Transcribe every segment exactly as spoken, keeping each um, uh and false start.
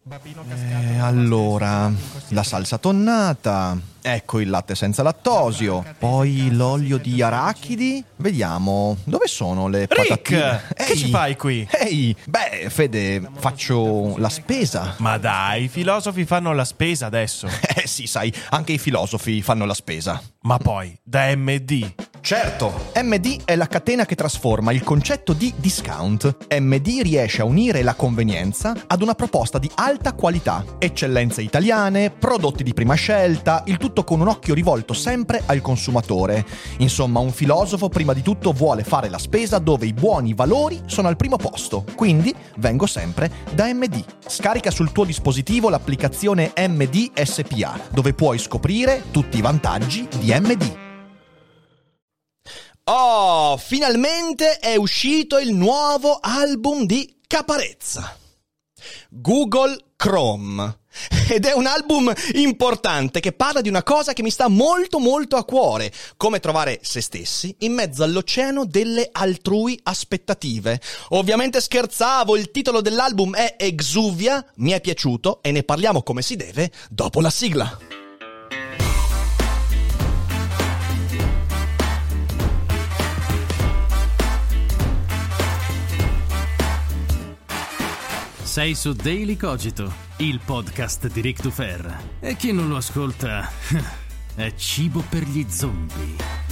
Eh, allora, la salsa tonnata, ecco il latte senza lattosio, poi l'olio di arachidi. Vediamo, dove sono le Rick, patatine? che Ehi, ci fai qui? Ehi, beh, Fede, faccio la spesa. Ma dai, i filosofi fanno la spesa adesso. Eh sì, sai, anche i filosofi fanno la spesa. Ma poi, da M D. Certo, M D è la catena che trasforma il concetto di discount. M D riesce a unire la convenienza ad una proposta di alta qualità, eccellenze italiane, prodotti di prima scelta, il tutto con un occhio rivolto sempre al consumatore. Insomma, un filosofo prima di tutto vuole fare la spesa dove i buoni valori sono al primo posto. Quindi vengo sempre da M D. Scarica sul tuo dispositivo l'applicazione M D S P A, dove puoi scoprire tutti i vantaggi di M D. Oh, finalmente è uscito il nuovo album di Caparezza, Google Chrome. Ed è un album importante che parla di una cosa che mi sta molto molto a cuore: come trovare se stessi in mezzo all'oceano delle altrui aspettative. Ovviamente scherzavo, il titolo dell'album è Exuvia, mi è piaciuto e ne parliamo come si deve dopo la sigla. Sei su Daily Cogito, il podcast di Rick Dufer. E chi non lo ascolta è cibo per gli zombie.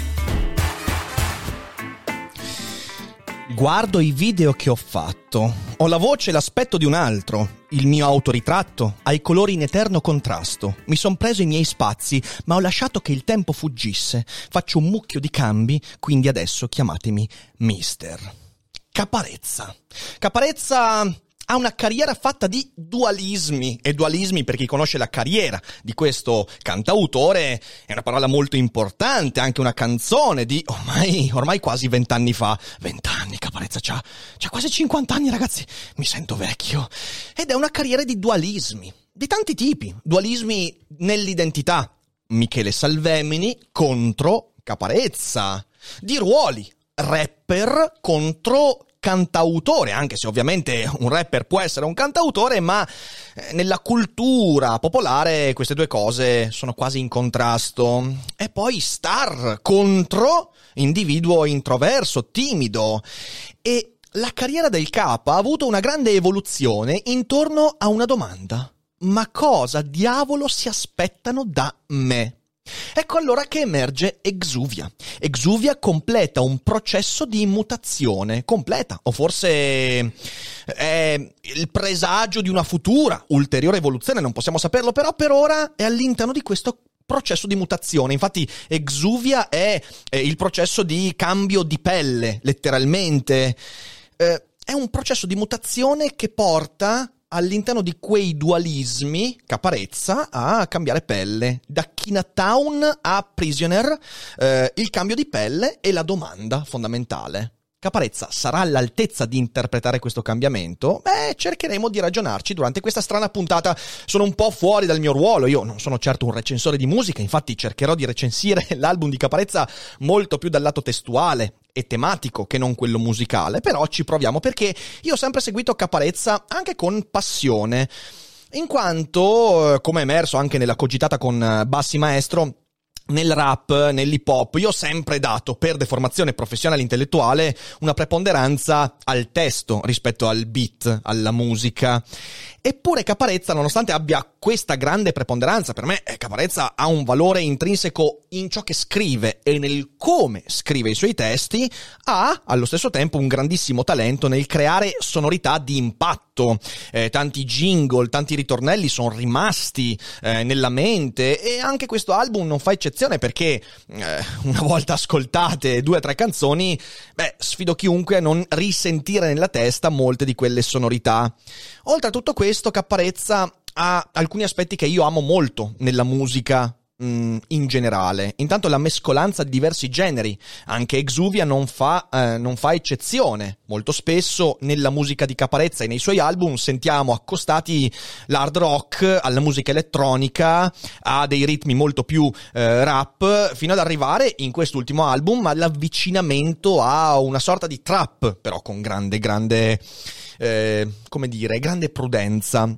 Guardo i video che ho fatto, ho la voce e l'aspetto di un altro, il mio autoritratto ha i colori in eterno contrasto, mi son preso i miei spazi, ma ho lasciato che il tempo fuggisse, faccio un mucchio di cambi, quindi adesso chiamatemi Mister Caparezza. Caparezza ha una carriera fatta di dualismi, e dualismi, per chi conosce la carriera di questo cantautore, è una parola molto importante, anche una canzone di ormai, ormai quasi vent'anni fa. Vent'anni, Caparezza c'ha, c'ha quasi cinquant'anni, ragazzi, mi sento vecchio. Ed è una carriera di dualismi, di tanti tipi, dualismi nell'identità. Michele Salvemini contro Caparezza, di ruoli, rapper contro cantautore, anche se ovviamente un rapper può essere un cantautore, ma nella cultura popolare queste due cose sono quasi in contrasto. E poi star contro individuo introverso, timido. E la carriera del Capa ha avuto una grande evoluzione intorno a una domanda: ma cosa diavolo si aspettano da me? Ecco allora che emerge Exuvia. Exuvia completa un processo di mutazione, completa, o forse è il presagio di una futura, ulteriore evoluzione, non possiamo saperlo, però per ora è all'interno di questo processo di mutazione. Infatti Exuvia è, è il processo di cambio di pelle, letteralmente. Eh, è un processo di mutazione che porta all'interno di quei dualismi Caparezza a cambiare pelle. Da Chinatown a Prisoner, eh, il cambio di pelle è la domanda fondamentale. Caparezza sarà all'altezza di interpretare questo cambiamento? Beh, cercheremo di ragionarci durante questa strana puntata. Sono un po' fuori dal mio ruolo, io non sono certo un recensore di musica, infatti cercherò di recensire l'album di Caparezza molto più dal lato testuale e tematico che non quello musicale, però ci proviamo, perché io ho sempre seguito Caparezza anche con passione, in quanto, come è emerso anche nella cogitata con Bassi Maestro, nel rap, nell'hip hop, io ho sempre dato, per deformazione professionale e intellettuale, una preponderanza al testo rispetto al beat, alla musica. Eppure Caparezza, nonostante abbia questa grande preponderanza, per me Caparezza ha un valore intrinseco in ciò che scrive e nel come scrive i suoi testi, ha allo stesso tempo un grandissimo talento nel creare sonorità di impatto. Eh, tanti jingle, tanti ritornelli sono rimasti eh, nella mente, e anche questo album non fa eccezione, perché eh, una volta ascoltate due o tre canzoni, beh, sfido chiunque a non risentire nella testa molte di quelle sonorità. Oltre a tutto questo, Caparezza ha alcuni aspetti che io amo molto nella musica mh, in generale. Intanto la mescolanza di diversi generi, anche Exuvia non fa, eh, non fa eccezione. Molto spesso nella musica di Caparezza e nei suoi album sentiamo accostati l'hard rock alla musica elettronica, a dei ritmi molto più eh, rap, fino ad arrivare in quest'ultimo album all'avvicinamento a una sorta di trap, però con grande, grande... Eh, come dire, grande prudenza.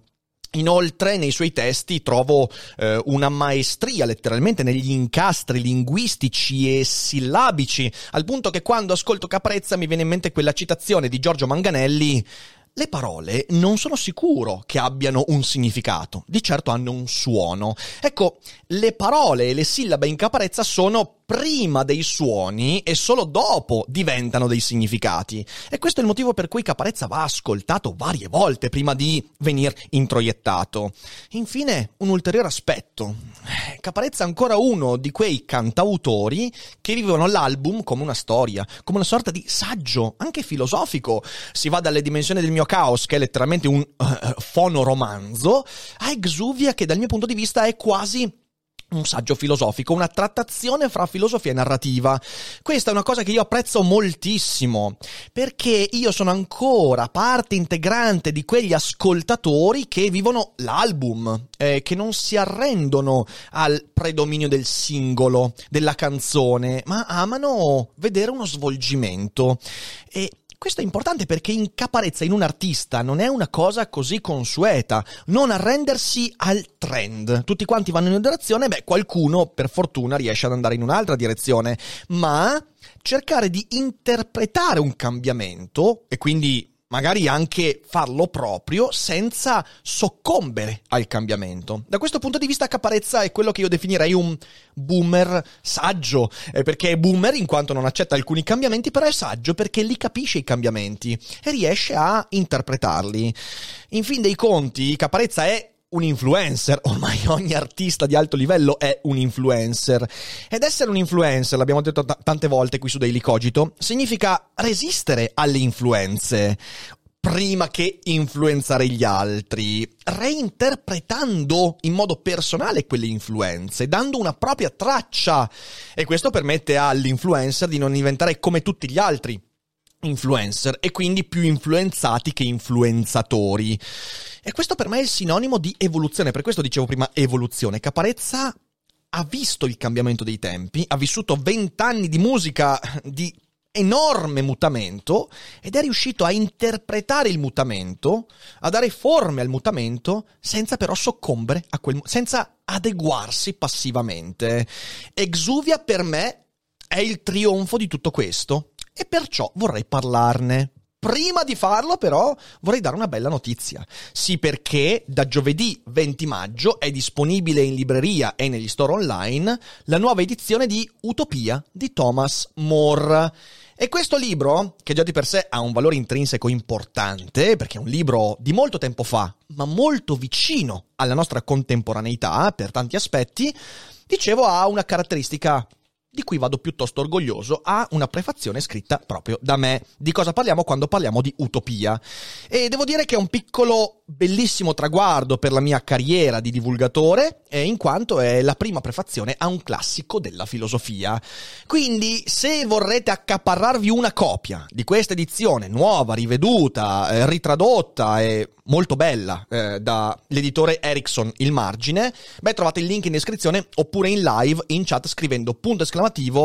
Inoltre nei suoi testi trovo eh, una maestria letteralmente negli incastri linguistici e sillabici, al punto che quando ascolto Caparezza mi viene in mente quella citazione di Giorgio Manganelli: le parole non sono sicuro che abbiano un significato, di certo hanno un suono. Ecco, le parole e le sillabe in Caparezza sono prima dei suoni e solo dopo diventano dei significati. E questo è il motivo per cui Caparezza va ascoltato varie volte prima di venir introiettato. Infine, un ulteriore aspetto. Caparezza è ancora uno di quei cantautori che vivono l'album come una storia, come una sorta di saggio, anche filosofico. Si va dalle dimensioni del mio caos, che è letteralmente un uh, fonoromanzo, a Exuvia, che dal mio punto di vista è quasi un saggio filosofico, una trattazione fra filosofia e narrativa. Questa è una cosa che io apprezzo moltissimo, perché io sono ancora parte integrante di quegli ascoltatori che vivono l'album, eh, che non si arrendono al predominio del singolo, della canzone, ma amano vedere uno svolgimento. E questo è importante perché in Caparezza, in un artista, non è una cosa così consueta. Non arrendersi al trend. Tutti quanti vanno in una direzione, beh, qualcuno per fortuna riesce ad andare in un'altra direzione, ma cercare di interpretare un cambiamento e quindi magari anche farlo proprio senza soccombere al cambiamento. Da questo punto di vista Caparezza è quello che io definirei un boomer saggio, eh, perché è boomer in quanto non accetta alcuni cambiamenti, però è saggio perché li capisce i cambiamenti e riesce a interpretarli. In fin dei conti, Caparezza è un influencer, ormai ogni artista di alto livello è un influencer, ed essere un influencer, l'abbiamo detto t- tante volte qui su Daily Cogito, significa resistere alle influenze prima che influenzare gli altri, reinterpretando in modo personale quelle influenze, dando una propria traccia, e questo permette all'influencer di non diventare come tutti gli altri influencer e quindi più influenzati che influenzatori. E questo per me è il sinonimo di evoluzione, per questo dicevo prima evoluzione. Caparezza ha visto il cambiamento dei tempi, ha vissuto vent'anni di musica di enorme mutamento ed è riuscito a interpretare il mutamento, a dare forme al mutamento senza però soccombere a quel, senza adeguarsi passivamente. Exuvia per me è il trionfo di tutto questo e perciò vorrei parlarne. Prima di farlo, però, vorrei dare una bella notizia. Sì, perché da giovedì venti maggio è disponibile in libreria e negli store online la nuova edizione di Utopia di Thomas More. E questo libro, che già di per sé ha un valore intrinseco importante, perché è un libro di molto tempo fa, ma molto vicino alla nostra contemporaneità per tanti aspetti, dicevo, ha una caratteristica di cui vado piuttosto orgoglioso, ha una prefazione scritta proprio da me. Di cosa parliamo quando parliamo di utopia? E devo dire che è un piccolo, bellissimo traguardo per la mia carriera di divulgatore, eh, in quanto è la prima prefazione a un classico della filosofia. Quindi, se vorrete accaparrarvi una copia di questa edizione, nuova, riveduta, eh, ritradotta e molto bella, eh, dall'editore Erickson Il Margine, beh, trovate il link in descrizione oppure in live in chat scrivendo punto esclamativo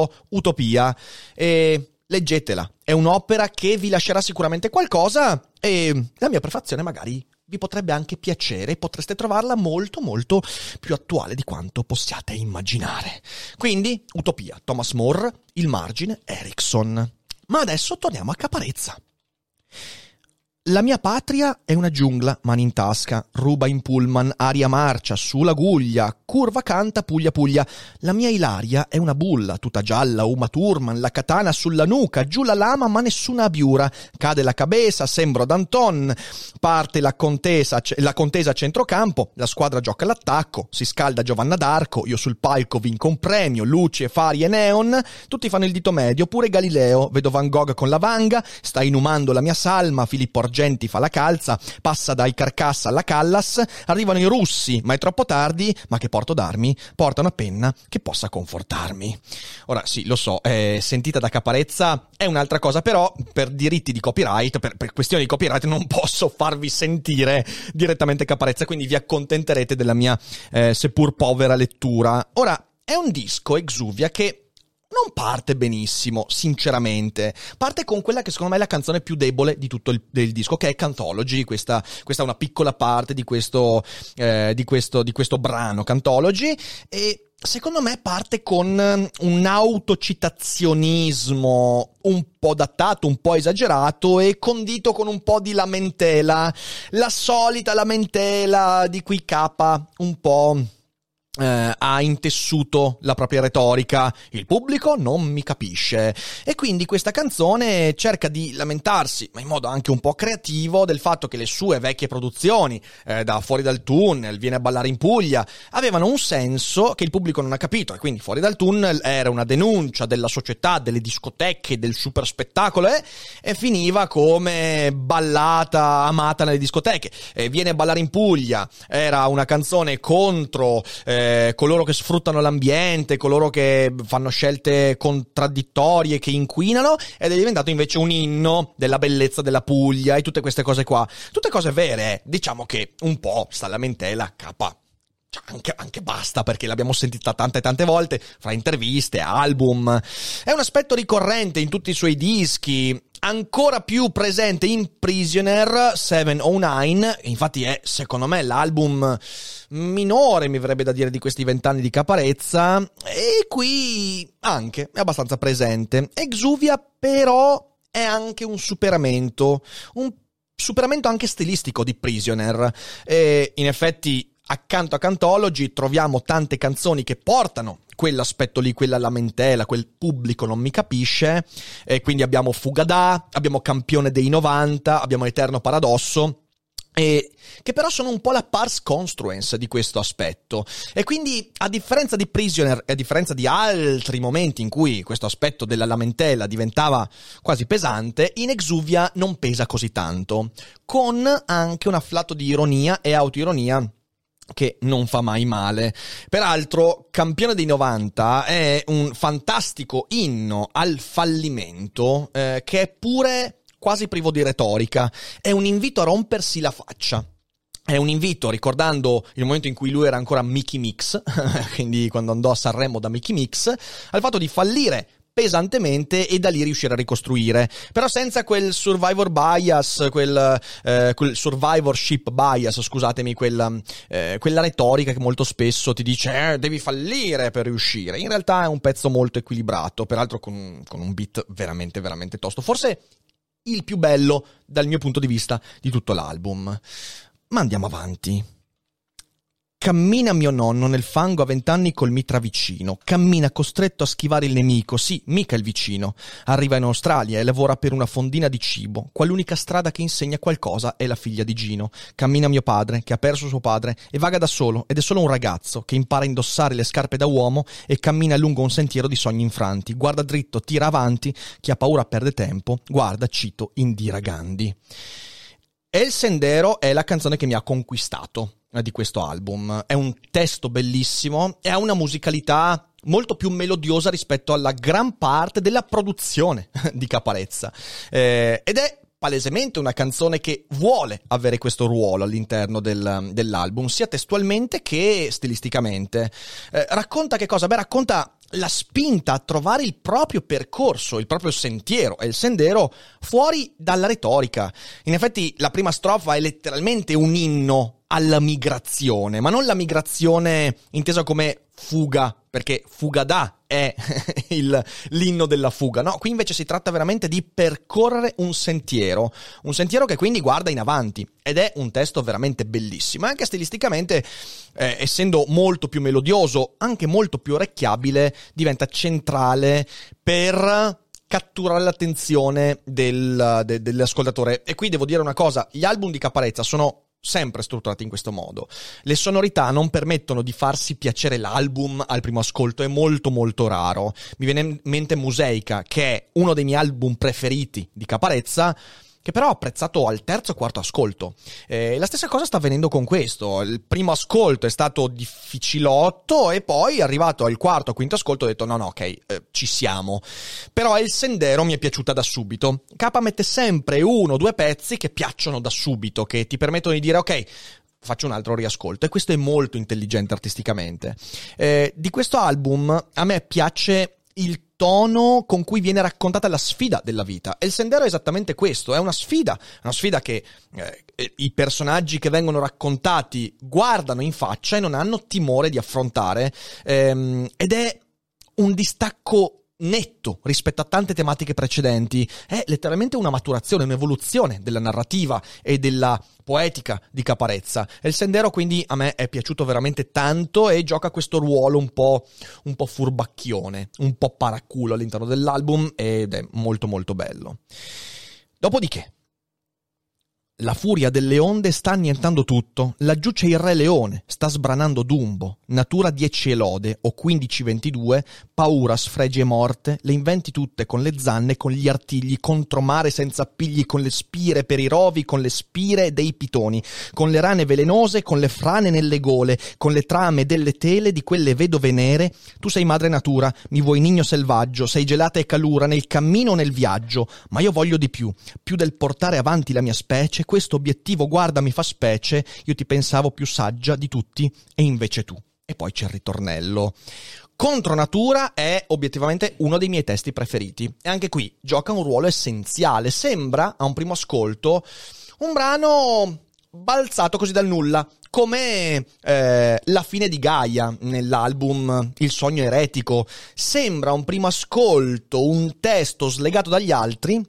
Utopia e leggetela. È un'opera che vi lascerà sicuramente qualcosa e la mia prefazione magari vi potrebbe anche piacere, potreste trovarla molto molto più attuale di quanto possiate immaginare. Quindi Utopia, Thomas More, Il Margine, Erickson. Ma adesso torniamo a Caparezza. La mia patria è una giungla, mani in tasca, ruba in pullman, aria marcia, su la guglia, curva canta, puglia puglia. La mia Ilaria è una bulla, tutta gialla, Uma Thurman, la katana sulla nuca, giù la lama ma nessuna abiura. Cade la cabeza, sembro Danton, parte la contesa, la contesa a centrocampo, la squadra gioca all'attacco, si scalda Giovanna d'Arco, io sul palco vinco un premio, luci e fari e neon, tutti fanno il dito medio, pure Galileo, vedo Van Gogh con la vanga, sta inumando la mia salma, Filippo Argenti fa la calza, passa dai Carcassa alla Callas, arrivano i russi, ma è troppo tardi, ma che porto d'armi? Porta una penna che possa confortarmi. Ora sì, lo so, eh, sentita da Caparezza è un'altra cosa, però per diritti di copyright, per, per questioni di copyright non posso farvi sentire direttamente Caparezza, quindi vi accontenterete della mia eh, seppur povera lettura. Ora, è un disco, Exuvia, che non parte benissimo, sinceramente. Parte con quella che secondo me è la canzone più debole di tutto il del disco, che è Cantology. Questa, questa è una piccola parte di questo, eh, di questo, di questo brano, Cantology, e secondo me parte con un autocitazionismo un po' datato, un po' esagerato e condito con un po' di lamentela, la solita lamentela di cui Capa un po' Eh, ha intessuto la propria retorica. Il pubblico non mi capisce, e quindi questa canzone cerca di lamentarsi, ma in modo anche un po' creativo, del fatto che le sue vecchie produzioni, eh, da Fuori dal Tunnel, Vieni a ballare in Puglia, avevano un senso che il pubblico non ha capito, e quindi Fuori dal Tunnel era una denuncia della società, delle discoteche, del super spettacolo, eh, e finiva come ballata amata nelle discoteche. E Vieni a ballare in Puglia era una canzone contro eh, coloro che sfruttano l'ambiente, coloro che fanno scelte contraddittorie, che inquinano, ed è diventato invece un inno della bellezza della Puglia e tutte queste cose qua. Tutte cose vere, eh. Diciamo che un po' sta lamentela Capa. Cioè, anche, anche basta, perché l'abbiamo sentita tante tante volte, fra interviste, album. È un aspetto ricorrente in tutti i suoi dischi, ancora più presente in Prisoner settecentonove, infatti è, secondo me, l'album minore, mi verrebbe da dire, di questi vent'anni di Caparezza, e qui anche è abbastanza presente. Exuvia però è anche un superamento, un superamento anche stilistico di Prisoner, e in effetti accanto a Cantology troviamo tante canzoni che portano quell'aspetto lì, quella lamentela, quel pubblico non mi capisce, e quindi abbiamo Fugadà, abbiamo Campione dei novanta, abbiamo Eterno Paradosso, e che però sono un po' la pars construens di questo aspetto. E quindi, a differenza di Prisoner e a differenza di altri momenti in cui questo aspetto della lamentela diventava quasi pesante, in Exuvia non pesa così tanto, con anche un afflato di ironia e autoironia che non fa mai male. Peraltro, Campione dei novanta è un fantastico inno al fallimento, eh, che è pure quasi privo di retorica. È un invito a rompersi la faccia. È un invito, ricordando il momento in cui lui era ancora Mickey Mix, quindi quando andò a Sanremo da Mickey Mix, al fatto di fallire pesantemente e da lì riuscire a ricostruire, però senza quel survivor bias, quel, eh, quel survivorship bias, scusatemi, quella, eh, quella retorica che molto spesso ti dice eh, devi fallire per riuscire. In realtà è un pezzo molto equilibrato, peraltro con, con un beat veramente veramente tosto, forse il più bello dal mio punto di vista di tutto l'album. Ma andiamo avanti. Cammina mio nonno nel fango a vent'anni col mitra vicino. Cammina costretto a schivare il nemico. Sì, mica il vicino. Arriva in Australia e lavora per una fondina di cibo. Quell'unica strada che insegna qualcosa è la figlia di Gino. Cammina mio padre, che ha perso suo padre, e vaga da solo, ed è solo un ragazzo che impara a indossare le scarpe da uomo e cammina lungo un sentiero di sogni infranti. Guarda dritto, tira avanti, chi ha paura perde tempo. Guarda, cito Indira Gandhi. El Sendero è la canzone che mi ha conquistato di questo album. È un testo bellissimo e ha una musicalità molto più melodiosa rispetto alla gran parte della produzione di Caparezza, eh, ed è palesemente una canzone che vuole avere questo ruolo all'interno del, dell'album, sia testualmente che stilisticamente. Eh, racconta che cosa? Beh, racconta la spinta a trovare il proprio percorso, il proprio sentiero e il sendero fuori dalla retorica. In effetti la prima strofa è letteralmente un inno alla migrazione, ma non la migrazione intesa come fuga, perché Fugadà è il, l'inno della fuga. No, qui invece si tratta veramente di percorrere un sentiero, un sentiero che quindi guarda in avanti, ed è un testo veramente bellissimo. Anche stilisticamente, eh, essendo molto più melodioso, anche molto più orecchiabile, diventa centrale per catturare l'attenzione del, de, dell'ascoltatore. E qui devo dire una cosa: gli album di Caparezza sono sempre strutturati in questo modo. Le sonorità non permettono di farsi piacere l'album al primo ascolto, è molto molto raro. Mi viene in mente Museica, che è uno dei miei album preferiti di Caparezza, che però ho apprezzato al terzo o quarto ascolto. Eh, la stessa cosa sta avvenendo con questo. Il primo ascolto è stato difficilotto e poi, arrivato al quarto o quinto ascolto, ho detto no no ok, eh, ci siamo. Però El Sendero mi è piaciuta da subito. Capa mette sempre uno o due pezzi che piacciono da subito, che ti permettono di dire ok, faccio un altro riascolto, e questo è molto intelligente artisticamente. Eh, di questo album a me piace il tono con cui viene raccontata la sfida della vita. E il Sendero è esattamente questo, è una sfida, una sfida che eh, i personaggi che vengono raccontati guardano in faccia e non hanno timore di affrontare, ehm, ed è un distacco netto rispetto a tante tematiche precedenti. È letteralmente una maturazione, un'evoluzione della narrativa e della poetica di Caparezza. E il Sendero quindi a me è piaciuto veramente tanto e gioca questo ruolo un po', un po' furbacchione, un po' paraculo all'interno dell'album, ed è molto molto bello. Dopodiché la furia delle onde sta annientando tutto, laggiù c'è il Re Leone, sta sbranando Dumbo, natura dieci e lode, o quindici ventidue, paura, sfregi e morte, le inventi tutte con le zanne, con gli artigli, contro mare senza appigli, con le spire per i rovi, con le spire dei pitoni, con le rane velenose, con le frane nelle gole, con le trame delle tele di quelle vedove nere. Tu sei madre natura, mi vuoi nigno selvaggio, sei gelata e calura nel cammino o nel viaggio, ma io voglio di più, più del portare avanti la mia specie. Questo obiettivo, guarda, mi fa specie, io ti pensavo più saggia di tutti e invece tu. E poi c'è il ritornello. Contro natura è obiettivamente uno dei miei testi preferiti e anche qui gioca un ruolo essenziale. Sembra a un primo ascolto un brano balzato così dal nulla, come eh, la fine di Gaia nell'album Il sogno eretico. Sembra a un primo ascolto un testo slegato dagli altri,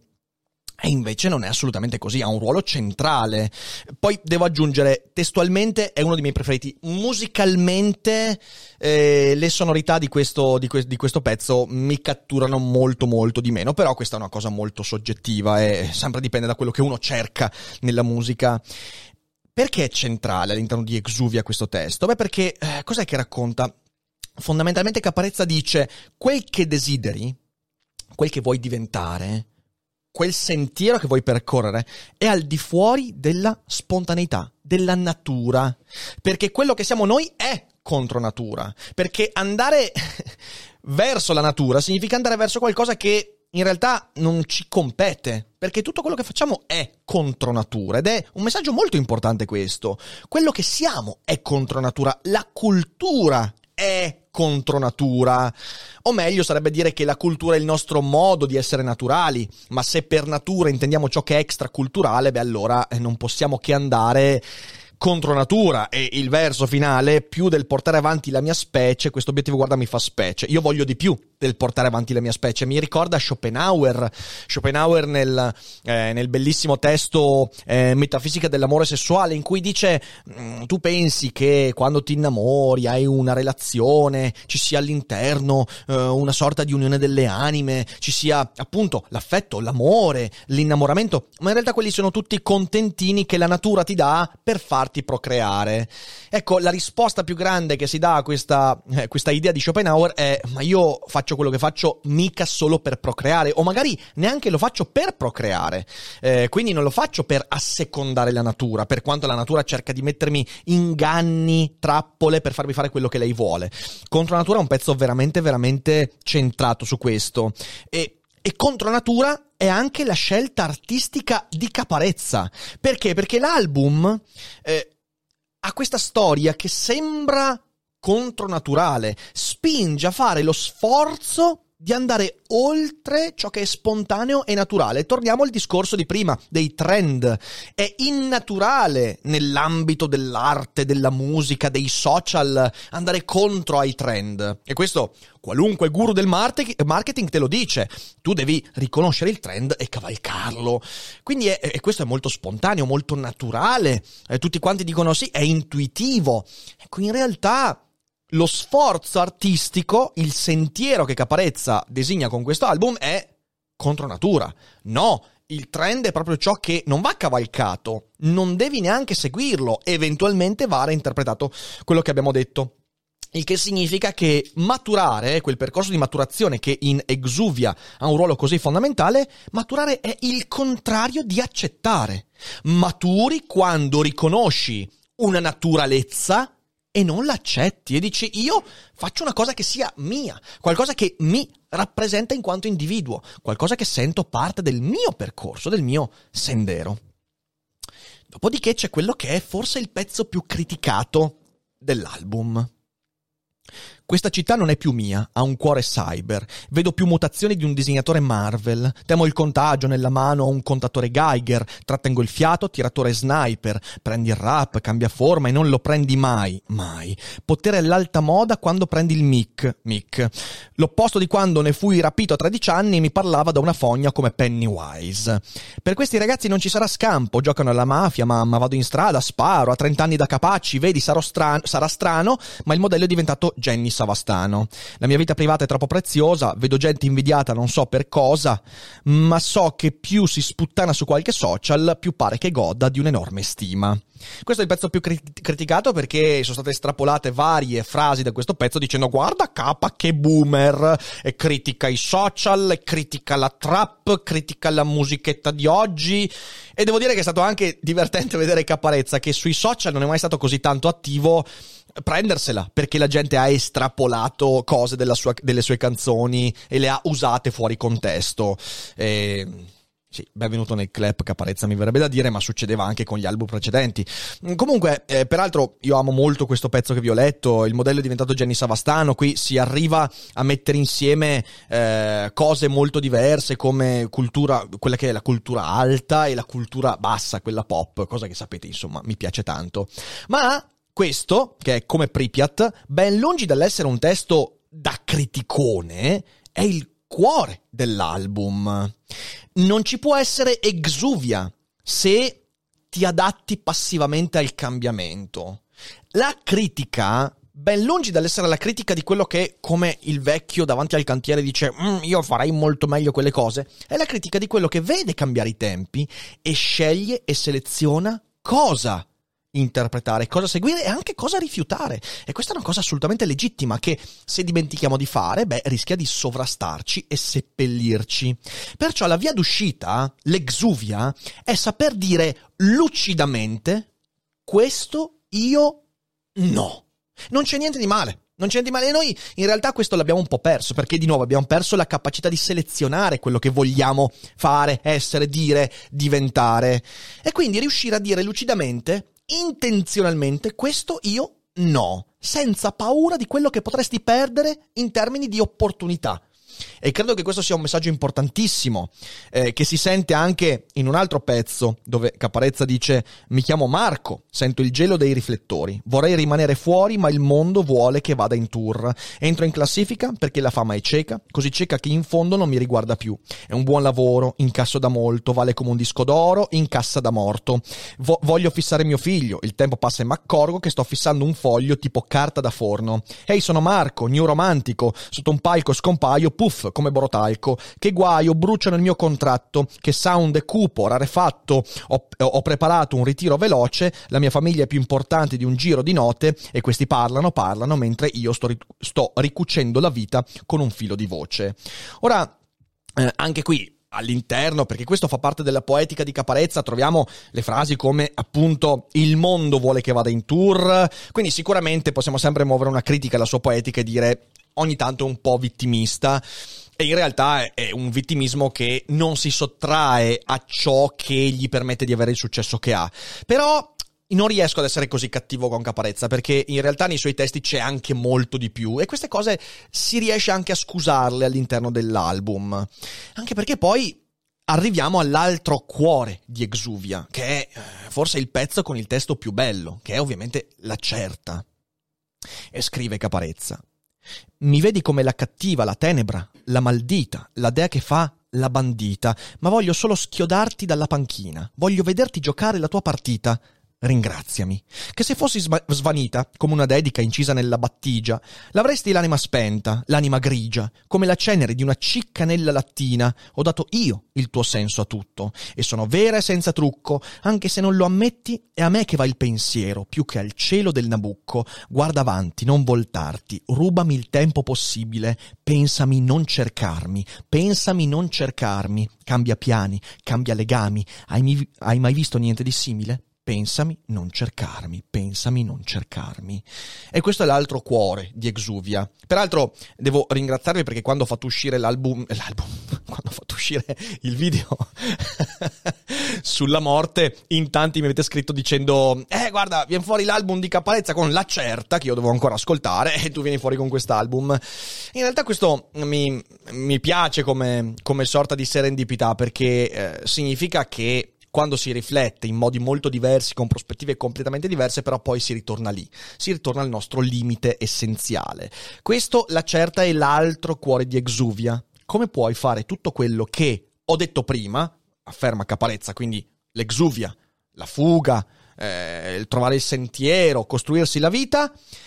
e invece non è assolutamente così, ha un ruolo centrale. Poi devo aggiungere, testualmente è uno dei miei preferiti. Musicalmente eh, le sonorità di questo, di, que- di questo pezzo mi catturano molto molto di meno, però questa è una cosa molto soggettiva e sempre dipende da quello che uno cerca nella musica. Perché è centrale all'interno di Exuvia questo testo? Beh, perché eh, cos'è che racconta? Fondamentalmente Caparezza dice: quel che desideri, quel che vuoi diventare, quel sentiero che vuoi percorrere è al di fuori della spontaneità, della natura, perché quello che siamo noi è contro natura, perché andare verso la natura significa andare verso qualcosa che in realtà non ci compete, perché tutto quello che facciamo è contro natura, ed è un messaggio molto importante questo. Quello che siamo è contro natura, la cultura è contro natura, o meglio sarebbe dire che la cultura è il nostro modo di essere naturali, ma se per natura intendiamo ciò che è extraculturale, beh allora non possiamo che andare contro natura. E il verso finale: più del portare avanti la mia specie, questo obiettivo guarda mi fa specie, io voglio di più del portare avanti la mia specie. Mi ricorda Schopenhauer Schopenhauer nel, eh, nel bellissimo testo eh, Metafisica dell'amore sessuale, in cui dice: tu pensi che quando ti innamori, hai una relazione, ci sia all'interno eh, una sorta di unione delle anime, ci sia appunto l'affetto, l'amore, l'innamoramento, ma in realtà quelli sono tutti contentini che la natura ti dà per farti procreare. Ecco, la risposta più grande che si dà a questa, eh, questa idea di Schopenhauer è: ma io faccio quello che faccio mica solo per procreare, o magari neanche lo faccio per procreare, eh, quindi non lo faccio per assecondare la natura, per quanto la natura cerca di mettermi inganni, trappole per farmi fare quello che lei vuole. Contro natura è un pezzo veramente veramente centrato su questo, e E contro natura è anche la scelta artistica di Caparezza. Perché? Perché l'album eh, ha questa storia che sembra contronaturale, spinge a fare lo sforzo di andare oltre ciò che è spontaneo e naturale. Torniamo al discorso di prima, dei trend. È innaturale nell'ambito dell'arte, della musica, dei social andare contro ai trend. E questo qualunque guru del marketing te lo dice. Tu devi riconoscere il trend e cavalcarlo. Quindi è, è, questo è molto spontaneo, molto naturale. Eh, tutti quanti dicono sì, è intuitivo. Ecco, in realtà lo sforzo artistico, il sentiero che Caparezza designa con questo album è contro natura. No, il trend è proprio ciò che non va cavalcato, non devi neanche seguirlo, eventualmente va reinterpretato, quello che abbiamo detto. Il che significa che maturare, quel percorso di maturazione che in Exuvia ha un ruolo così fondamentale, maturare è il contrario di accettare. Maturi quando riconosci una naturalezza e non l'accetti e dici: io faccio una cosa che sia mia, qualcosa che mi rappresenta in quanto individuo, qualcosa che sento parte del mio percorso, del mio sendero. Dopodiché c'è quello che è forse il pezzo più criticato dell'album. Questa città non è più mia, ha un cuore cyber. Vedo più mutazioni di un disegnatore Marvel. Temo il contagio, nella mano ho un contatore Geiger. Trattengo il fiato, tiratore sniper. Prendi il rap, cambia forma e non lo prendi mai, mai. Potere all'alta moda quando prendi il mic, mic. L'opposto di quando ne fui rapito a tredici anni e mi parlava da una fogna come Pennywise. Per questi ragazzi non ci sarà scampo, giocano alla mafia, mamma, vado in strada, sparo, a trenta anni da Capacci, vedi, sarò strano, sarà strano, ma il modello è diventato Jenny Savastano. La mia vita privata è troppo preziosa, vedo gente invidiata non so per cosa, ma so che più si sputtana su qualche social, più pare che goda di un'enorme stima. Questo è il pezzo più crit- criticato perché sono state estrapolate varie frasi da questo pezzo dicendo guarda K che boomer, e critica i social, e critica la trap, critica la musichetta di oggi, e devo dire che è stato anche divertente vedere Caparezza che sui social non è mai stato così tanto attivo prendersela, perché la gente ha estrapolato cose della sua, delle sue canzoni e le ha usate fuori contesto. E... sì, benvenuto nel club Caparezza, mi verrebbe da dire, ma succedeva anche con gli album precedenti. Comunque, eh, peraltro, io amo molto questo pezzo che vi ho letto, il modello è diventato Jenny Savastano, qui si arriva a mettere insieme eh, cose molto diverse come cultura, quella che è la cultura alta e la cultura bassa, quella pop, cosa che sapete, insomma, mi piace tanto. Ma questo, che è come Pripyat, ben lungi dall'essere un testo da criticone, è il cuore dell'album. Non ci può essere exuvia se ti adatti passivamente al cambiamento. La critica, ben lungi dall'essere la critica di quello che, come il vecchio davanti al cantiere dice mm, io farei molto meglio quelle cose, è la critica di quello che vede cambiare i tempi e sceglie e seleziona cosa interpretare, cosa seguire e anche cosa rifiutare. E questa è una cosa assolutamente legittima che, se dimentichiamo di fare, beh, rischia di sovrastarci e seppellirci. Perciò la via d'uscita, l'exuvia, è saper dire lucidamente questo io no. Non c'è niente di male. Non c'è niente di male, e noi in realtà questo l'abbiamo un po' perso, perché di nuovo abbiamo perso la capacità di selezionare quello che vogliamo fare, essere, dire, diventare. E quindi riuscire a dire lucidamente, intenzionalmente, questo io no, senza paura di quello che potresti perdere in termini di opportunità. E credo che questo sia un messaggio importantissimo, eh, che si sente anche in un altro pezzo dove Caparezza dice: mi chiamo Marco, sento il gelo dei riflettori, vorrei rimanere fuori ma il mondo vuole che vada in tour, entro in classifica perché la fama è cieca, così cieca che in fondo non mi riguarda più, è un buon lavoro, incasso da molto, vale come un disco d'oro, incassa da morto, Vo- voglio fissare mio figlio, il tempo passa e m'accorgo che sto fissando un foglio tipo carta da forno, ehi sono Marco, new romantico, sotto un palco scompaio, puff, come Borotalco, che guaio, bruciano il mio contratto, che sound è cupo, rarefatto, ho, ho preparato un ritiro veloce, la mia famiglia è più importante di un giro di note e questi parlano, parlano mentre io sto, sto ricucendo la vita con un filo di voce. Ora, eh, anche qui all'interno, perché questo fa parte della poetica di Caparezza, troviamo le frasi come appunto il mondo vuole che vada in tour, quindi sicuramente possiamo sempre muovere una critica alla sua poetica e dire ogni tanto un po' vittimista, e in realtà è un vittimismo che non si sottrae a ciò che gli permette di avere il successo che ha. Però non riesco ad essere così cattivo con Caparezza, perché in realtà nei suoi testi c'è anche molto di più, e queste cose si riesce anche a scusarle all'interno dell'album, anche perché poi arriviamo all'altro cuore di Exuvia, che è forse il pezzo con il testo più bello, che è ovviamente La Certa. E scrive Caparezza: mi vedi come la cattiva, la tenebra, la maldita, la dea che fa la bandita, ma voglio solo schiodarti dalla panchina, voglio vederti giocare la tua partita. Ringraziami, che se fossi sva- svanita, come una dedica incisa nella battigia, l'avresti l'anima spenta, l'anima grigia, come la cenere di una ciccanella lattina. Ho dato io il tuo senso a tutto, e sono vera e senza trucco, anche se non lo ammetti, è a me che va il pensiero, più che al cielo del Nabucco. Guarda avanti, non voltarti, rubami il tempo possibile, pensami, non cercarmi, pensami, non cercarmi, cambia piani, cambia legami, hai, mi- hai mai visto niente di simile? Pensami, non cercarmi, pensami, non cercarmi. E questo è l'altro cuore di Exuvia. Peraltro devo ringraziarvi perché quando ho fatto uscire l'album, l'album, quando ho fatto uscire il video sulla morte. In tanti mi avete scritto dicendo eh guarda, viene fuori l'album di Caparezza con La Certa, che io devo ancora ascoltare, e tu vieni fuori con quest'album. In realtà questo mi, mi piace come, come sorta di serendipità, perché eh, significa che quando si riflette in modi molto diversi, con prospettive completamente diverse, però poi si ritorna lì, si ritorna al nostro limite essenziale. Questo, La Certa, è l'altro cuore di Exuvia. Come puoi fare tutto quello che ho detto prima, afferma Caparezza, quindi l'Exuvia, la fuga, eh, il trovare il sentiero, costruirsi la vita,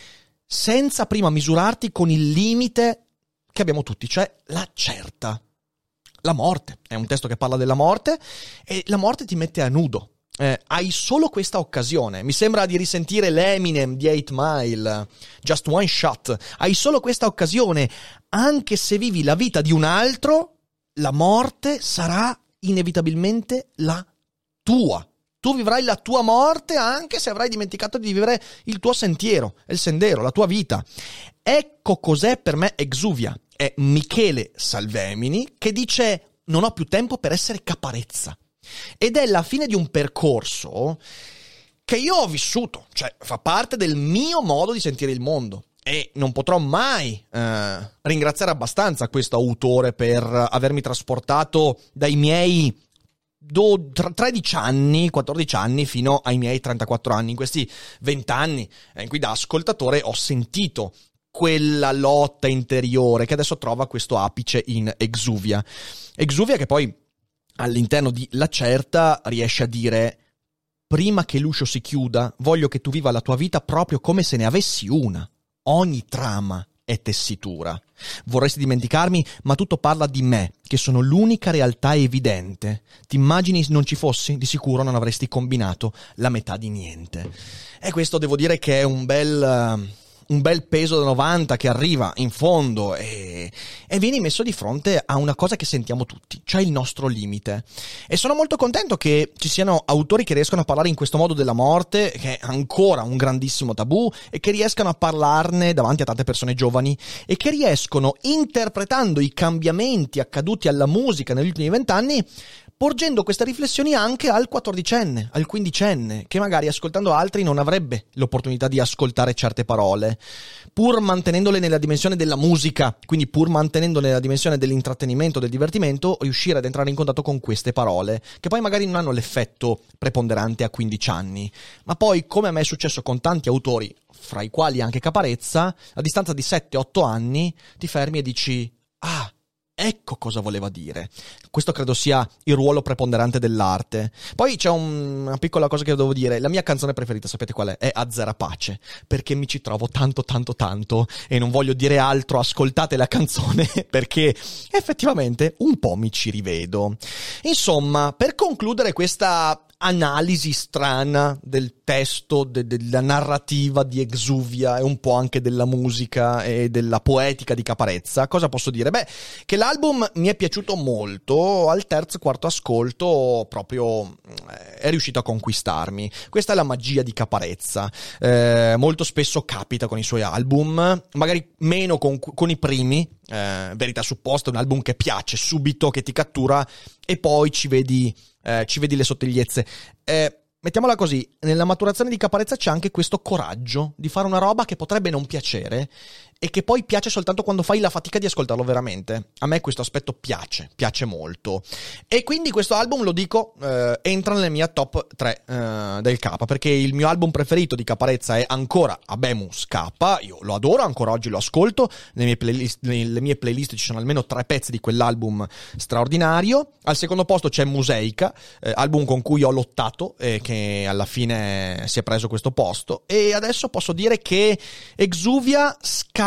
senza prima misurarti con il limite che abbiamo tutti, cioè la certa. La morte, è un testo che parla della morte e la morte ti mette a nudo. Eh, hai solo questa occasione. Mi sembra di risentire l'Eminem di eight mile, Just One Shot. Hai solo questa occasione. Anche se vivi la vita di un altro, la morte sarà inevitabilmente la tua. Tu vivrai la tua morte anche se avrai dimenticato di vivere il tuo sentiero, il sendero, la tua vita. Ecco cos'è per me Exuvia. È Michele Salvemini che dice: non ho più tempo per essere Caparezza. Ed è la fine di un percorso che io ho vissuto, cioè fa parte del mio modo di sentire il mondo. E non potrò mai eh, ringraziare abbastanza questo autore per avermi trasportato dai miei do, tredici anni, quattordici anni fino ai miei trentaquattro anni. In questi venti anni in cui da ascoltatore ho sentito quella lotta interiore che adesso trova questo apice in Exuvia. Exuvia che poi all'interno di La Certa riesce a dire: prima che l'uscio si chiuda, voglio che tu viva la tua vita proprio come se ne avessi una. Ogni trama è tessitura. Vorresti dimenticarmi, ma tutto parla di me, che sono l'unica realtà evidente. Ti immagini non ci fossi? Di sicuro non avresti combinato la metà di niente. E questo devo dire che è un bel... un bel peso da novanta che arriva in fondo e, e vieni messo di fronte a una cosa che sentiamo tutti, cioè il nostro limite. E sono molto contento che ci siano autori che riescono a parlare in questo modo della morte, che è ancora un grandissimo tabù, e che riescano a parlarne davanti a tante persone giovani e che riescono, interpretando i cambiamenti accaduti alla musica negli ultimi vent'anni, porgendo queste riflessioni anche al quattordicenne, al quindicenne, che magari ascoltando altri non avrebbe l'opportunità di ascoltare certe parole, pur mantenendole nella dimensione della musica, quindi pur mantenendole nella dimensione dell'intrattenimento, del divertimento, riuscire ad entrare in contatto con queste parole, che poi magari non hanno l'effetto preponderante a quindici anni, ma poi, come a me è successo con tanti autori, fra i quali anche Caparezza, a distanza di sette otto anni, ti fermi e dici: ah, ecco cosa voleva dire. Questo credo sia il ruolo preponderante dell'arte. Poi c'è un, una piccola cosa che devo dire. La mia canzone preferita, sapete qual è? È Azzera Pace, perché mi ci trovo tanto tanto tanto e non voglio dire altro. Ascoltate la canzone perché effettivamente un po' mi ci rivedo. Insomma, per concludere questa analisi strana del testo, de- della narrativa di Exuvia e un po' anche della musica e della poetica di Caparezza, cosa posso dire? Beh, che l'album mi è piaciuto molto. Al terzo quarto ascolto proprio eh, è riuscito a conquistarmi. Questa è la magia di Caparezza. Eh, molto spesso capita con i suoi album, magari meno con, con i primi. Eh, Verità Supposta è un album che piace subito, che ti cattura, e poi ci vedi Eh, ci vedi le sottigliezze. Eh, mettiamola così, nella maturazione di Caparezza c'è anche questo coraggio di fare una roba che potrebbe non piacere e che poi piace soltanto quando fai la fatica di ascoltarlo veramente. A me questo aspetto piace, piace molto. E quindi questo album, lo dico, eh, entra nelle mie top tre eh, del K, perché il mio album preferito di Caparezza è ancora Habemus K. Io lo adoro, ancora oggi lo ascolto. Nelle mie playlist, nelle mie playlist ci sono almeno tre pezzi di quell'album straordinario. Al secondo posto c'è Museica, eh, album con cui ho lottato e che alla fine si è preso questo posto. E adesso posso dire che Exuvia scalza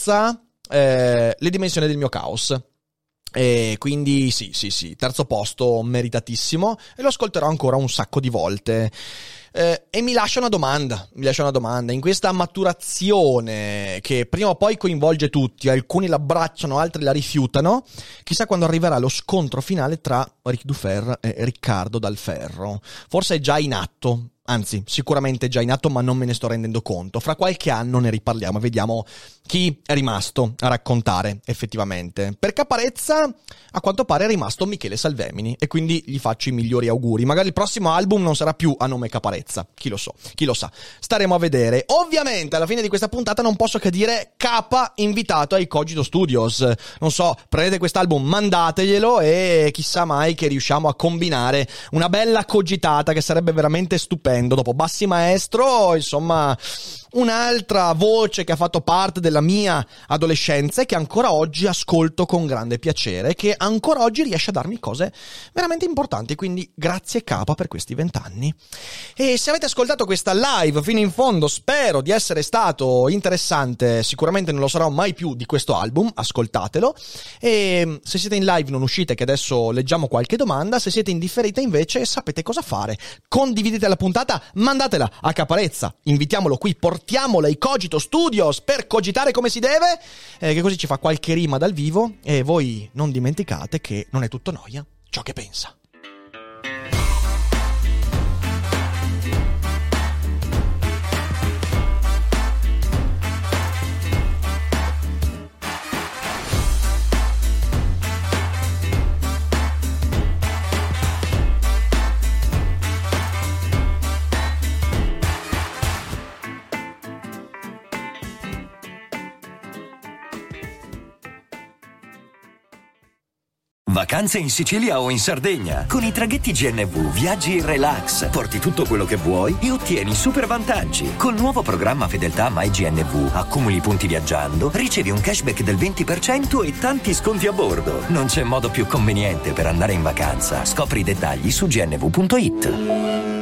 eh, le dimensioni del mio caos. E quindi sì, sì, sì, terzo posto meritatissimo, e lo ascolterò ancora un sacco di volte. eh, e mi lascia una domanda, mi lascia una domanda. In questa maturazione che prima o poi coinvolge tutti, alcuni l'abbracciano, altri la rifiutano, chissà quando arriverà lo scontro finale tra Ric Dufer e Riccardo Dal Ferro. Forse è già in atto. Anzi, sicuramente già in atto, ma non me ne sto rendendo conto. Fra qualche anno ne riparliamo e vediamo chi è rimasto a raccontare effettivamente. Per Caparezza, a quanto pare, è rimasto Michele Salvemini e quindi gli faccio i migliori auguri. Magari il prossimo album non sarà più a nome Caparezza, chi lo so, chi lo sa. Staremo a vedere. Ovviamente, alla fine di questa puntata non posso che dire Capa invitato ai Cogito Studios. Non so, prendete quest'album, mandateglielo e chissà mai che riusciamo a combinare una bella cogitata che sarebbe veramente stupenda. Dopo Bassi Maestro, insomma, un'altra voce che ha fatto parte della mia adolescenza e che ancora oggi ascolto con grande piacere, che ancora oggi riesce a darmi cose veramente importanti, quindi grazie Capa per questi vent'anni. E se avete ascoltato questa live fino in fondo, spero di essere stato interessante. Sicuramente non lo sarò mai più di questo album, ascoltatelo. E se siete in live non uscite, che adesso leggiamo qualche domanda. Se siete in differita invece sapete cosa fare: condividete la puntata, mandatela a Caparezza, invitiamolo qui, portiamola ai Cogito Studios per cogitare come si deve, eh, che così ci fa qualche rima dal vivo e voi non dimenticate che non è tutto noia ciò che pensa. Vacanze in Sicilia o in Sardegna. Con i traghetti G N V viaggi in relax, porti tutto quello che vuoi e ottieni super vantaggi. Col nuovo programma Fedeltà MyGNV accumuli punti viaggiando, ricevi un cashback del venti per cento e tanti sconti a bordo. Non c'è modo più conveniente per andare in vacanza. Scopri i dettagli su gnv punto it.